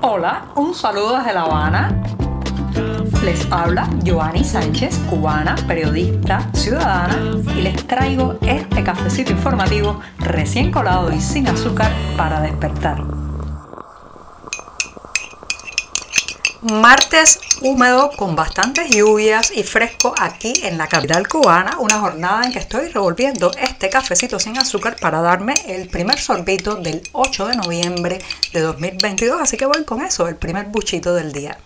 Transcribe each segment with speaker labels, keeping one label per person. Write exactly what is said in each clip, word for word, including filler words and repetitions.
Speaker 1: Hola, un saludo desde La Habana. Les habla Joanny Sánchez, cubana, periodista, ciudadana, y les traigo este cafecito informativo recién colado y sin azúcar para despertar. Martes húmedo con bastantes lluvias y fresco aquí en la capital cubana, una jornada en que estoy revolviendo este cafecito sin azúcar para darme el primer sorbito del ocho de noviembre de dos mil veintidós, así que voy con eso, el primer buchito del día.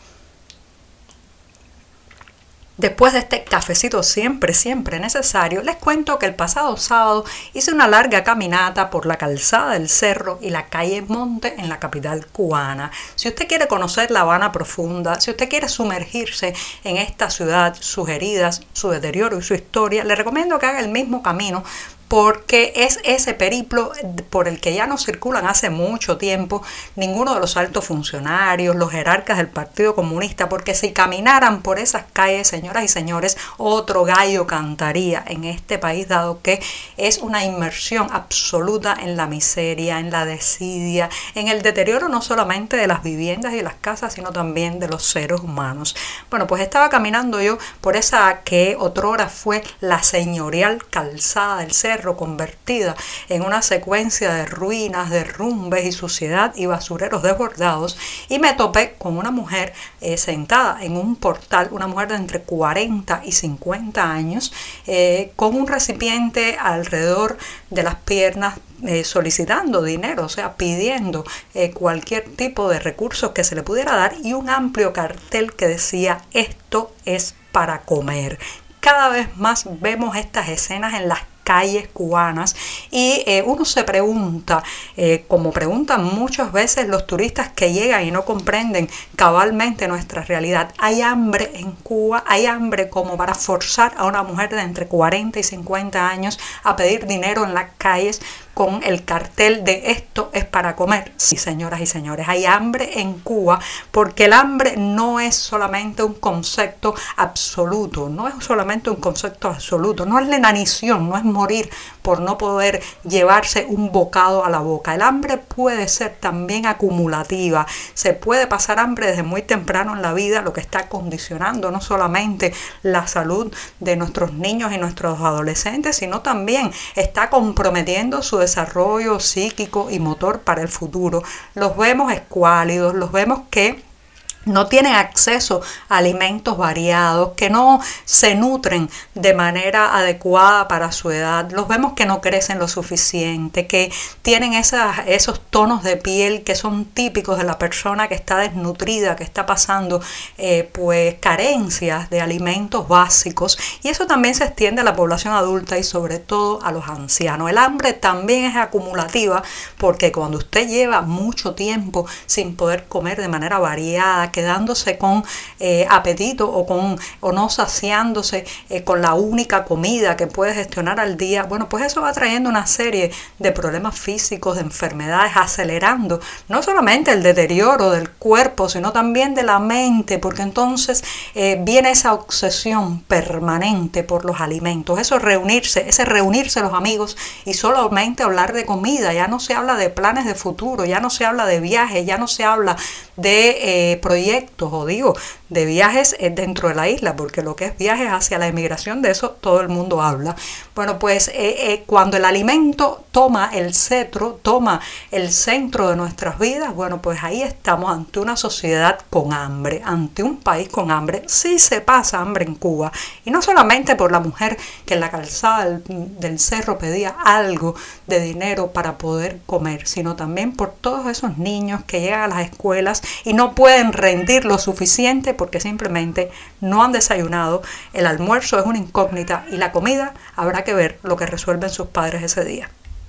Speaker 1: Después de este cafecito siempre, siempre necesario, les cuento que el pasado sábado hice una larga caminata por la calzada del Cerro y la calle Monte en la capital cubana. Si usted quiere conocer La Habana profunda, si usted quiere sumergirse en esta ciudad, sus heridas, su deterioro y su historia, le recomiendo que haga el mismo camino, porque es ese periplo por el que ya no circulan hace mucho tiempo ninguno de los altos funcionarios, los jerarcas del Partido Comunista, porque si caminaran por esas calles, señoras y señores, otro gallo cantaría en este país, dado que es una inmersión absoluta en la miseria, en la desidia, en el deterioro no solamente de las viviendas y las casas, sino también de los seres humanos. Bueno, pues estaba caminando yo por esa que otrora fue la señorial calzada del Cerro, convertida en una secuencia de ruinas, derrumbes y suciedad y basureros desbordados, y me topé con una mujer eh, sentada en un portal, una mujer de entre cuarenta y cincuenta años, eh, con un recipiente alrededor de las piernas, Eh, solicitando dinero, o sea, pidiendo eh, cualquier tipo de recursos que se le pudiera dar, y un amplio cartel que decía: esto es para comer. Cada vez más vemos estas escenas en las calles cubanas y eh, uno se pregunta, eh, como preguntan muchas veces los turistas que llegan y no comprenden cabalmente nuestra realidad: ¿hay hambre en Cuba? ¿Hay hambre como para forzar a una mujer de entre cuarenta y cincuenta años a pedir dinero en las calles con el cartel de esto es para comer? Sí, señoras y señores, hay hambre en Cuba, porque el hambre no es solamente un concepto absoluto, no es solamente un concepto absoluto, no es la inanición, no es morir por no poder llevarse un bocado a la boca. El hambre puede ser también acumulativa, se puede pasar hambre desde muy temprano en la vida, lo que está condicionando no solamente la salud de nuestros niños y nuestros adolescentes, sino también está comprometiendo su desarrollo psíquico y motor para el futuro. Los vemos escuálidos, los vemos que no tienen acceso a alimentos variados, que no se nutren de manera adecuada para su edad. Los vemos que no crecen lo suficiente, que tienen esas, esos tonos de piel que son típicos de la persona que está desnutrida, que está pasando eh, pues carencias de alimentos básicos, y eso también se extiende a la población adulta y sobre todo a los ancianos. El hambre también es acumulativa, porque cuando usted lleva mucho tiempo sin poder comer de manera variada, quedándose con eh, apetito o, con, o no saciándose eh, con la única comida que puede gestionar al día, bueno, pues eso va trayendo una serie de problemas físicos, de enfermedades, acelerando no solamente el deterioro del cuerpo, sino también de la mente, porque entonces eh, viene esa obsesión permanente por los alimentos, eso reunirse, ese reunirse los amigos y solamente hablar de comida. Ya no se habla de planes de futuro, ya no se habla de viajes, ya no se habla de eh, proyectos o digo de viajes dentro de la isla, porque lo que es viajes hacia la emigración, de eso todo el mundo habla. Bueno, pues eh, eh, cuando el alimento toma el cetro, toma el centro de nuestras vidas, bueno, pues ahí estamos ante una sociedad con hambre, ante un país con hambre. Sí se pasa hambre en Cuba, y no solamente por la mujer que en la calzada del, del Cerro pedía algo de dinero para poder comer, sino también por todos esos niños que llegan a las escuelas y no pueden rendir lo suficiente porque simplemente no han desayunado. El almuerzo es una incógnita y la comida habrá que ver lo que resuelven sus padres ese día.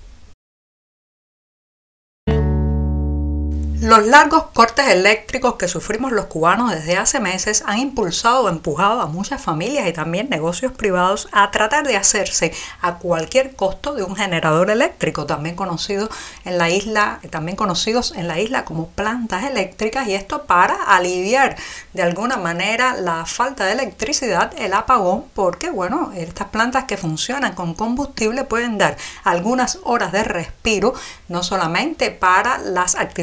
Speaker 1: Los largos cortes eléctricos que sufrimos los cubanos desde hace meses han impulsado o empujado a muchas familias y también negocios privados a tratar de hacerse a cualquier costo de un generador eléctrico, también conocido en la isla, también conocidos en la isla como plantas eléctricas, y esto para aliviar de alguna manera la falta de electricidad, el apagón, porque bueno, estas plantas que funcionan con combustible pueden dar algunas horas de respiro, no solamente para las actividades domésticas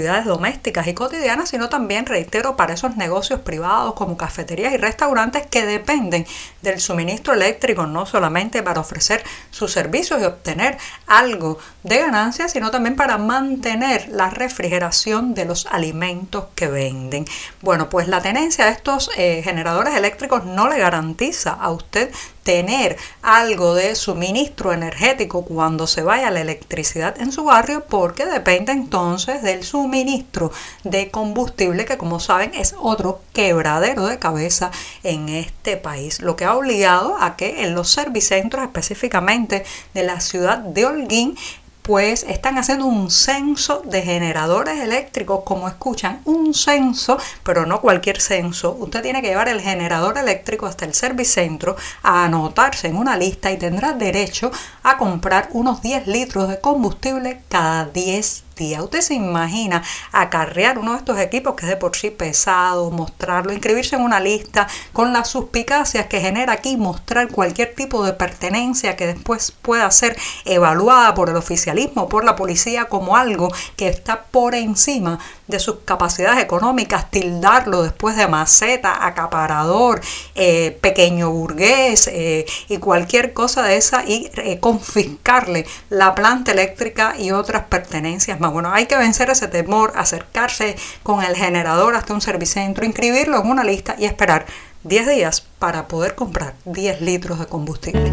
Speaker 1: domésticas y cotidianas, sino también, reitero, para esos negocios privados como cafeterías y restaurantes que dependen del suministro eléctrico, no solamente para ofrecer sus servicios y obtener algo de ganancia, sino también para mantener la refrigeración de los alimentos que venden. Bueno, pues la tenencia de estos eh, generadores eléctricos no le garantiza a usted tener algo de suministro energético cuando se vaya la electricidad en su barrio, porque depende entonces del suministro de combustible, que como saben es otro quebradero de cabeza en este país, lo que ha obligado a que en los servicentros, específicamente de la ciudad de Holguín, pues están haciendo un censo de generadores eléctricos, como escuchan, un censo, pero no cualquier censo. Usted tiene que llevar el generador eléctrico hasta el servicentro, a anotarse en una lista y tendrá derecho a comprar unos diez litros de combustible cada diez días. Usted se imagina acarrear uno de estos equipos que es de por sí pesado, mostrarlo, inscribirse en una lista con las suspicacias que genera aquí, mostrar cualquier tipo de pertenencia que después pueda ser evaluada por el oficialismo, por la policía, como algo que está por encima de sus capacidades económicas, tildarlo después de maceta, acaparador, eh, pequeño burgués eh, y cualquier cosa de esa, y eh, confiscarle la planta eléctrica y otras pertenencias más. Bueno, hay que vencer ese temor, acercarse con el generador hasta un servicentro, inscribirlo en una lista y esperar diez días para poder comprar diez litros de combustible.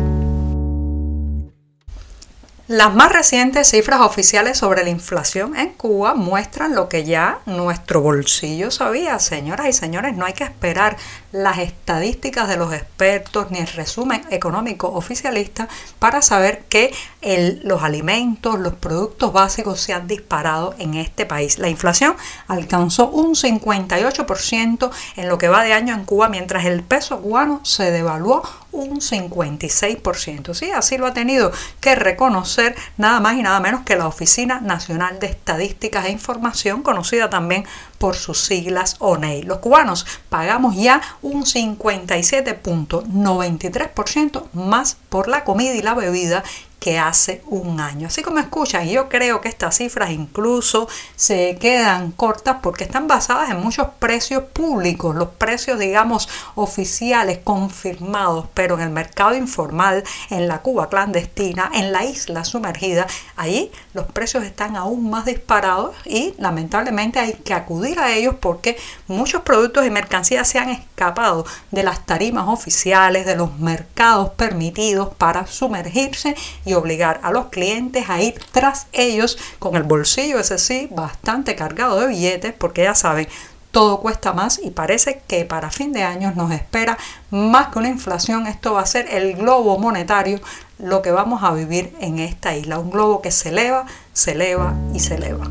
Speaker 1: Las más recientes cifras oficiales sobre la inflación en Cuba muestran lo que ya nuestro bolsillo sabía. Señoras y señores, no hay que esperar las estadísticas de los expertos ni el resumen económico oficialista para saber que el, los alimentos, los productos básicos se han disparado en este país. La inflación alcanzó un cincuenta y ocho por ciento en lo que va de año en Cuba, mientras el peso cubano se devaluó un cincuenta y seis por ciento. Sí, así lo ha tenido que reconocer nada más y nada menos que la Oficina Nacional de Estadísticas e Información, conocida también por sus siglas O N E I. Los cubanos pagamos ya un cincuenta y siete punto noventa y tres por ciento más por la comida y la bebida que hace un año. Así como escuchan, yo creo que estas cifras incluso se quedan cortas porque están basadas en muchos precios públicos, los precios, digamos, oficiales, confirmados, pero en el mercado informal, en la Cuba clandestina, en la isla sumergida, ahí los precios están aún más disparados y lamentablemente hay que acudir a ellos porque muchos productos y mercancías se han escapado de las tarimas oficiales, de los mercados permitidos para sumergirse y obligar a los clientes a ir tras ellos con el bolsillo, ese sí, bastante cargado de billetes, porque ya saben, todo cuesta más y parece que para fin de año nos espera más que una inflación. Esto va a ser el globo monetario lo que vamos a vivir en esta isla, un globo que se eleva, se eleva y se eleva.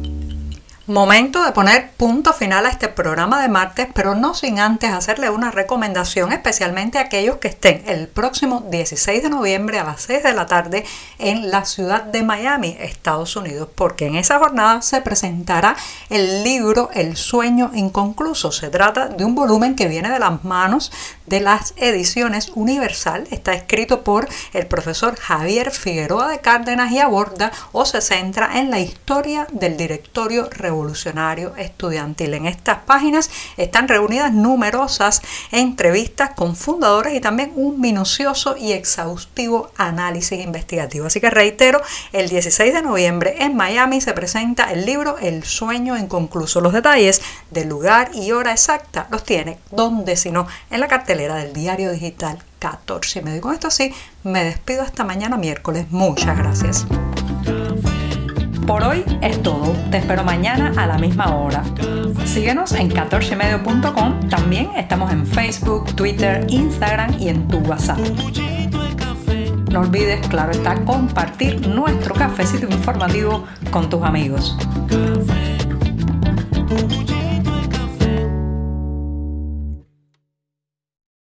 Speaker 1: Momento de poner punto final a este programa de martes, pero no sin antes hacerle una recomendación, especialmente a aquellos que estén el próximo dieciséis de noviembre a las seis de la tarde en la ciudad de Miami, Estados Unidos, porque en esa jornada se presentará el libro El sueño inconcluso. Se trata de un volumen que viene de las manos de las ediciones Universal. Está escrito por el profesor Javier Figueroa de Cárdenas y aborda o se centra en la historia del directorio revolucionario Revolucionario Estudiantil. En estas páginas están reunidas numerosas entrevistas con fundadores y también un minucioso y exhaustivo análisis investigativo. Así que reitero, el dieciséis de noviembre en Miami se presenta el libro El sueño inconcluso. Los detalles del lugar y hora exacta los tiene, donde si no, en la cartelera del diario digital catorce y medio. Con esto sí, me despido hasta mañana miércoles. Muchas gracias. Por hoy es todo. Te espero mañana a la misma hora. Síguenos en catorce y medio punto com. También estamos en Facebook, Twitter, Instagram y en tu WhatsApp. No olvides, claro está, compartir nuestro cafecito informativo con tus amigos. Café,